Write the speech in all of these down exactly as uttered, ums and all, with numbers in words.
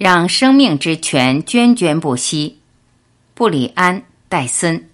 让生命之泉涓涓不息。布里安·戴森。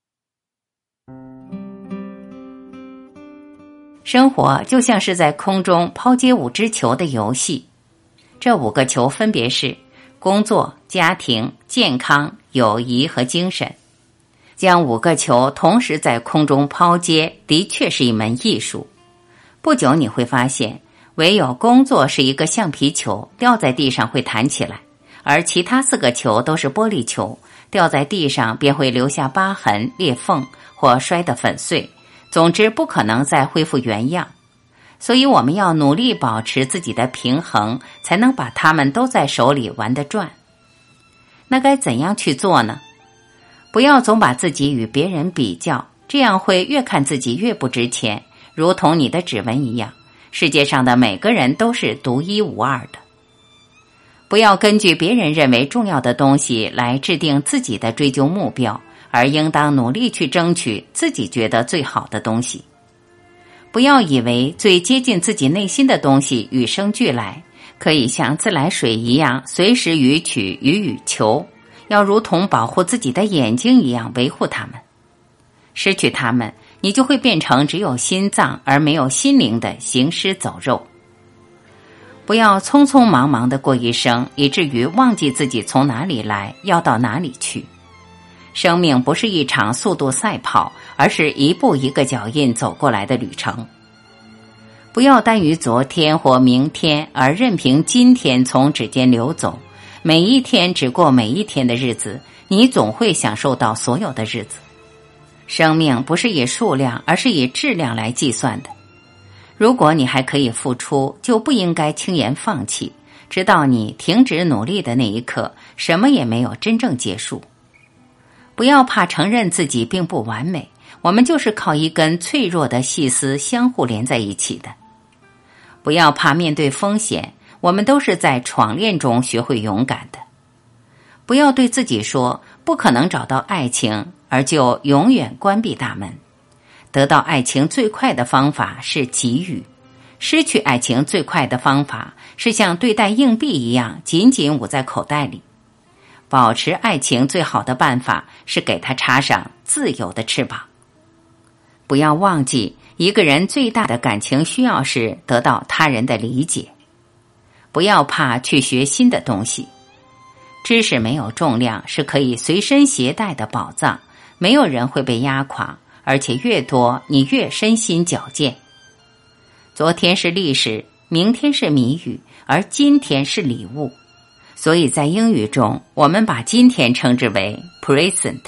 生活就像是在空中抛接五只球的游戏，这五个球分别是工作、家庭、健康、友谊和精神。将五个球同时在空中抛接，的确是一门艺术。不久你会发现，唯有工作是一个橡皮球，掉在地上会弹起来，而其他四个球都是玻璃球，掉在地上便会留下疤痕、裂缝或摔得粉碎，总之不可能再恢复原样。所以我们要努力保持自己的平衡，才能把它们都在手里玩得转。那该怎样去做呢？不要总把自己与别人比较，这样会越看自己越不值钱，如同你的指纹一样，世界上的每个人都是独一无二的。不要根据别人认为重要的东西来制定自己的追究目标，而应当努力去争取自己觉得最好的东西。不要以为最接近自己内心的东西与生俱来，可以像自来水一样随时予取予予求，要如同保护自己的眼睛一样维护它们。失去它们，你就会变成只有心脏而没有心灵的行尸走肉。不要匆匆忙忙地过一生，以至于忘记自己从哪里来，要到哪里去。生命不是一场速度赛跑，而是一步一个脚印走过来的旅程。不要耽于昨天或明天，而任凭今天从指尖流走，每一天只过每一天的日子，你总会享受到所有的日子。生命不是以数量，而是以质量来计算的。如果你还可以付出，就不应该轻言放弃，直到你停止努力的那一刻，什么也没有真正结束。不要怕承认自己并不完美，我们就是靠一根脆弱的细丝相互连在一起的。不要怕面对风险，我们都是在闯练中学会勇敢的。不要对自己说不可能找到爱情，而就永远关闭大门。得到爱情最快的方法是给予，失去爱情最快的方法是像对待硬币一样紧紧捂在口袋里。保持爱情最好的办法是给它插上自由的翅膀。不要忘记，一个人最大的感情需要是得到他人的理解。不要怕去学新的东西。知识没有重量，是可以随身携带的宝藏，没有人会被压垮，而且越多，你越身心矫健。昨天是历史，明天是谜语，而今天是礼物。所以在英语中，我们把今天称之为 present。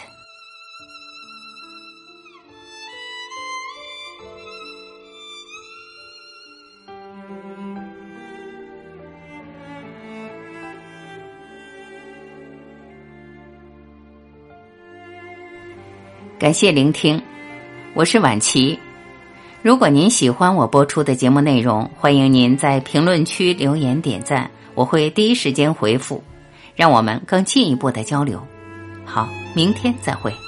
感谢聆听，我是婉琪。如果您喜欢我播出的节目内容，欢迎您在评论区留言点赞，我会第一时间回复，让我们更进一步的交流。好，明天再会。